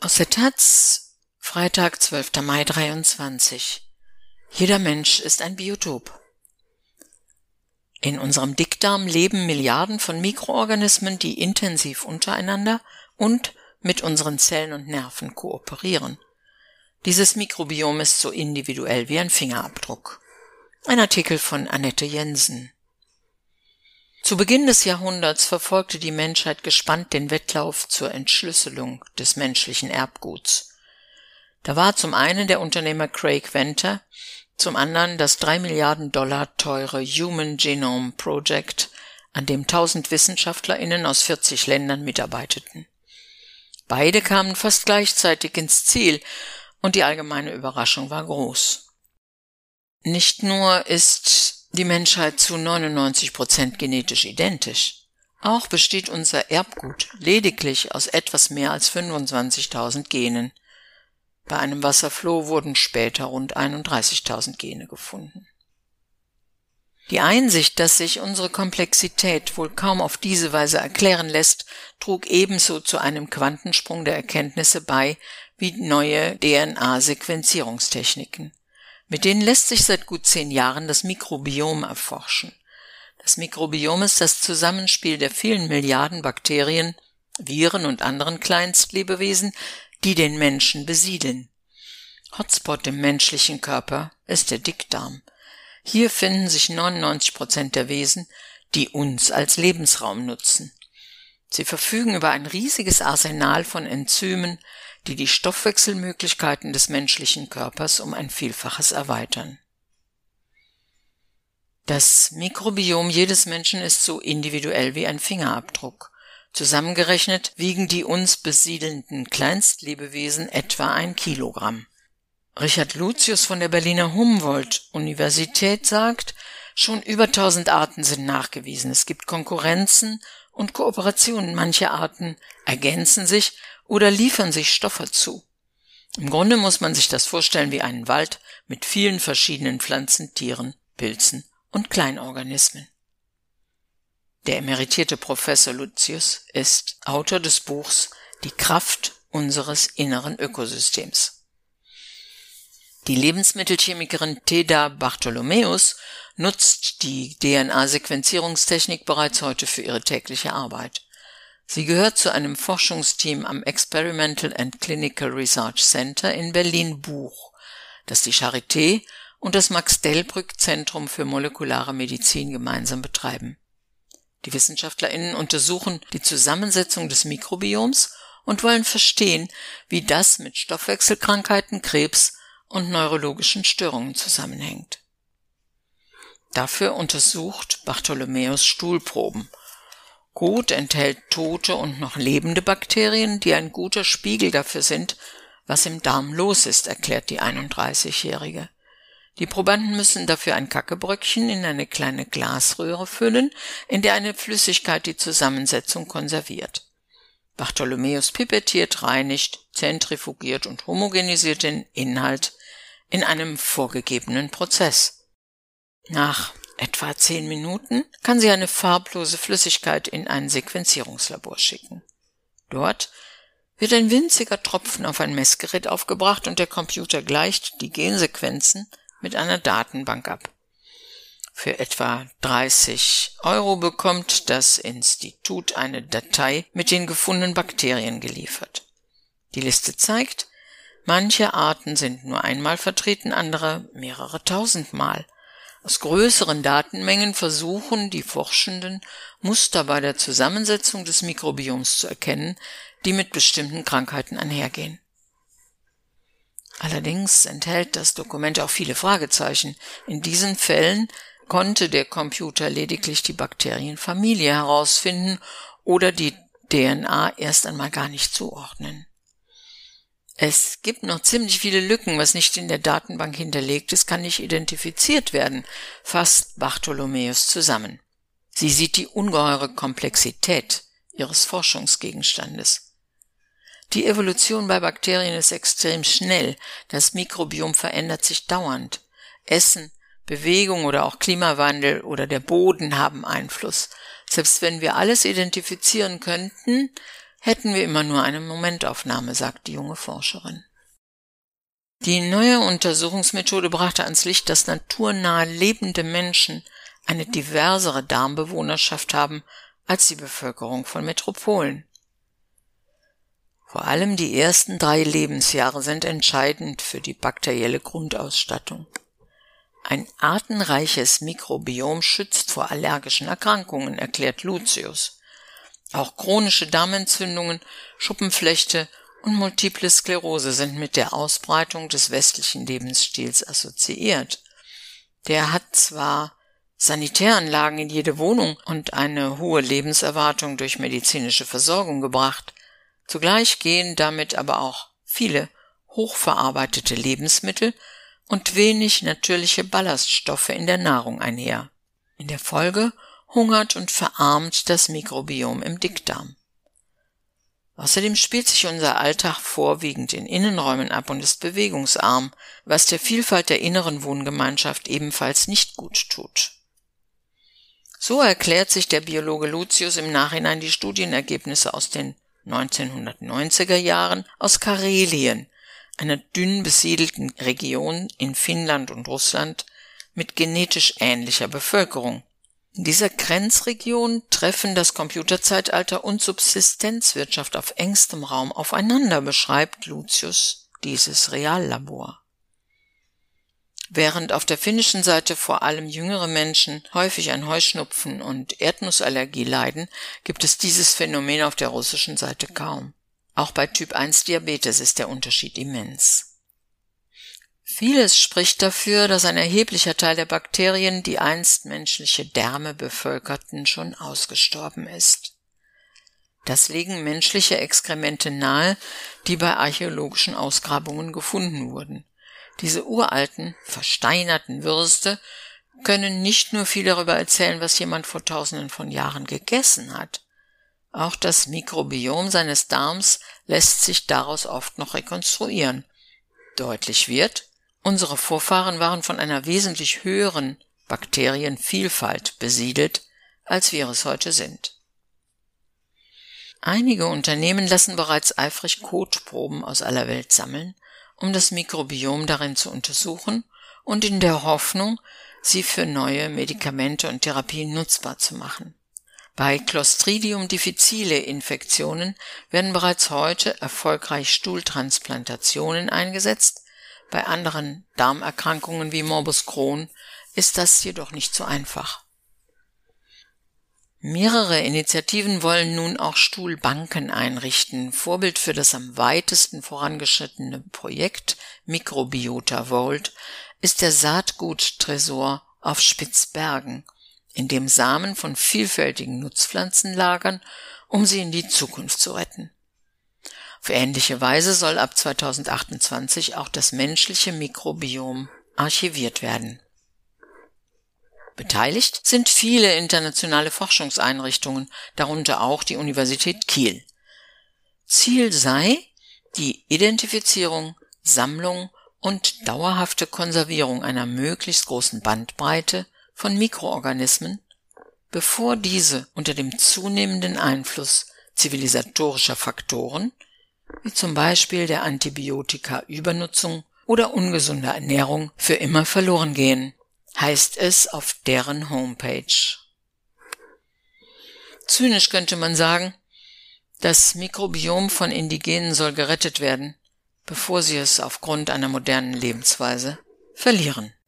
Aus der Taz, Freitag, 12. Mai 23. Jeder Mensch ist ein Biotop. In unserem Dickdarm leben Milliarden von Mikroorganismen, die intensiv untereinander und mit unseren Zellen und Nerven kooperieren. Dieses Mikrobiom ist so individuell wie ein Fingerabdruck. Ein Artikel von Annette Jensen. Zu Beginn des Jahrhunderts verfolgte die Menschheit gespannt den Wettlauf zur Entschlüsselung des menschlichen Erbguts. Da war zum einen der Unternehmer Craig Venter, zum anderen das 3 Milliarden Dollar teure Human Genome Project, an dem 1000 WissenschaftlerInnen aus 40 Ländern mitarbeiteten. Beide kamen fast gleichzeitig ins Ziel und die allgemeine Überraschung war groß. Nicht nur ist die Menschheit zu 99% genetisch identisch. Auch besteht unser Erbgut lediglich aus etwas mehr als 25.000 Genen. Bei einem Wasserfloh wurden später rund 31.000 Gene gefunden. Die Einsicht, dass sich unsere Komplexität wohl kaum auf diese Weise erklären lässt, trug ebenso zu einem Quantensprung der Erkenntnisse bei wie neue DNA-Sequenzierungstechniken. Mit denen lässt sich seit gut 10 Jahren das Mikrobiom erforschen. Das Mikrobiom ist das Zusammenspiel der vielen Milliarden Bakterien, Viren und anderen Kleinstlebewesen, die den Menschen besiedeln. Hotspot im menschlichen Körper ist der Dickdarm. Hier finden sich 99% der Wesen, die uns als Lebensraum nutzen. Sie verfügen über ein riesiges Arsenal von Enzymen, die die Stoffwechselmöglichkeiten des menschlichen Körpers um ein Vielfaches erweitern. Das Mikrobiom jedes Menschen ist so individuell wie ein Fingerabdruck. Zusammengerechnet wiegen die uns besiedelnden Kleinstlebewesen etwa 1 Kilogramm. Richard Lucius von der Berliner Humboldt-Universität sagt, schon über 1000 Arten sind nachgewiesen. Es gibt Konkurrenzen und Kooperationen. Manche Arten ergänzen sich oder liefern sich Stoffe zu. Im Grunde muss man sich das vorstellen wie einen Wald mit vielen verschiedenen Pflanzen, Tieren, Pilzen und Kleinorganismen. Der emeritierte Professor Lucius ist Autor des Buchs Die Kraft unseres inneren Ökosystems. Die Lebensmittelchemikerin Theda Bartholomäus nutzt die DNA-Sequenzierungstechnik bereits heute für ihre tägliche Arbeit. Sie gehört zu einem Forschungsteam am Experimental and Clinical Research Center in Berlin-Buch, das die Charité und das Max-Delbrück-Zentrum für molekulare Medizin gemeinsam betreiben. Die WissenschaftlerInnen untersuchen die Zusammensetzung des Mikrobioms und wollen verstehen, wie das mit Stoffwechselkrankheiten, Krebs und neurologischen Störungen zusammenhängt. Dafür untersucht Bartholomäus Stuhlproben. Kot enthält tote und noch lebende Bakterien, die ein guter Spiegel dafür sind, was im Darm los ist, erklärt die 31-Jährige. Die Probanden müssen dafür ein Kackebröckchen in eine kleine Glasröhre füllen, in der eine Flüssigkeit die Zusammensetzung konserviert. Bartholomäus pipettiert, reinigt, zentrifugiert und homogenisiert den Inhalt in einem vorgegebenen Prozess. Nach etwa 10 Minuten kann sie eine farblose Flüssigkeit in ein Sequenzierungslabor schicken. Dort wird ein winziger Tropfen auf ein Messgerät aufgebracht und der Computer gleicht die Gensequenzen mit einer Datenbank ab. Für etwa 30 € bekommt das Institut eine Datei mit den gefundenen Bakterien geliefert. Die Liste zeigt, manche Arten sind nur einmal vertreten, andere mehrere tausendmal. Aus größeren Datenmengen versuchen die Forschenden, Muster bei der Zusammensetzung des Mikrobioms zu erkennen, die mit bestimmten Krankheiten einhergehen. Allerdings enthält das Dokument auch viele Fragezeichen. In diesen Fällen konnte der Computer lediglich die Bakterienfamilie herausfinden oder die DNA erst einmal gar nicht zuordnen. Es gibt noch ziemlich viele Lücken, was nicht in der Datenbank hinterlegt ist, kann nicht identifiziert werden, fasst Bartholomäus zusammen. Sie sieht die ungeheure Komplexität ihres Forschungsgegenstandes. Die Evolution bei Bakterien ist extrem schnell, das Mikrobiom verändert sich dauernd. Essen, Bewegung oder auch Klimawandel oder der Boden haben Einfluss. Selbst wenn wir alles identifizieren könnten, hätten wir immer nur eine Momentaufnahme, sagt die junge Forscherin. Die neue Untersuchungsmethode brachte ans Licht, dass naturnahe lebende Menschen eine diversere Darmbewohnerschaft haben als die Bevölkerung von Metropolen. Vor allem die ersten 3 Lebensjahre sind entscheidend für die bakterielle Grundausstattung. Ein artenreiches Mikrobiom schützt vor allergischen Erkrankungen, erklärt Lucius. Auch chronische Darmentzündungen, Schuppenflechte und multiple Sklerose sind mit der Ausbreitung des westlichen Lebensstils assoziiert. Der hat zwar Sanitäranlagen in jede Wohnung und eine hohe Lebenserwartung durch medizinische Versorgung gebracht, zugleich gehen damit aber auch viele hochverarbeitete Lebensmittel und wenig natürliche Ballaststoffe in der Nahrung einher. In der Folge hungert und verarmt das Mikrobiom im Dickdarm. Außerdem spielt sich unser Alltag vorwiegend in Innenräumen ab und ist bewegungsarm, was der Vielfalt der inneren Wohngemeinschaft ebenfalls nicht gut tut. So erklärt sich der Biologe Lucius im Nachhinein die Studienergebnisse aus den 1990er Jahren aus Karelien, einer dünn besiedelten Region in Finnland und Russland mit genetisch ähnlicher Bevölkerung. In dieser Grenzregion treffen das Computerzeitalter und Subsistenzwirtschaft auf engstem Raum aufeinander, beschreibt Lucius dieses Reallabor. Während auf der finnischen Seite vor allem jüngere Menschen häufig an Heuschnupfen und Erdnussallergie leiden, gibt es dieses Phänomen auf der russischen Seite kaum. Auch bei Typ-1-Diabetes ist der Unterschied immens. Vieles spricht dafür, dass ein erheblicher Teil der Bakterien, die einst menschliche Därme bevölkerten, schon ausgestorben ist. Das legen menschliche Exkremente nahe, die bei archäologischen Ausgrabungen gefunden wurden. Diese uralten, versteinerten Würste können nicht nur viel darüber erzählen, was jemand vor Tausenden von Jahren gegessen hat. Auch das Mikrobiom seines Darms lässt sich daraus oft noch rekonstruieren. Deutlich wird, unsere Vorfahren waren von einer wesentlich höheren Bakterienvielfalt besiedelt, als wir es heute sind. Einige Unternehmen lassen bereits eifrig Kotproben aus aller Welt sammeln, um das Mikrobiom darin zu untersuchen und in der Hoffnung, sie für neue Medikamente und Therapien nutzbar zu machen. Bei Clostridium difficile Infektionen werden bereits heute erfolgreich Stuhltransplantationen eingesetzt. Bei anderen Darmerkrankungen wie Morbus Crohn ist das jedoch nicht so einfach. Mehrere Initiativen wollen nun auch Stuhlbanken einrichten. Vorbild für das am weitesten vorangeschrittene Projekt Microbiota Vault ist der Saatguttresor auf Spitzbergen, in dem Samen von vielfältigen Nutzpflanzen lagern, um sie in die Zukunft zu retten. Auf ähnliche Weise soll ab 2028 auch das menschliche Mikrobiom archiviert werden. Beteiligt sind viele internationale Forschungseinrichtungen, darunter auch die Universität Kiel. Ziel sei die Identifizierung, Sammlung und dauerhafte Konservierung einer möglichst großen Bandbreite von Mikroorganismen, bevor diese unter dem zunehmenden Einfluss zivilisatorischer Faktoren, wie zum Beispiel der Antibiotika-Übernutzung oder ungesunder Ernährung, für immer verloren gehen, heißt es auf deren Homepage. Zynisch könnte man sagen, das Mikrobiom von Indigenen soll gerettet werden, bevor sie es aufgrund einer modernen Lebensweise verlieren.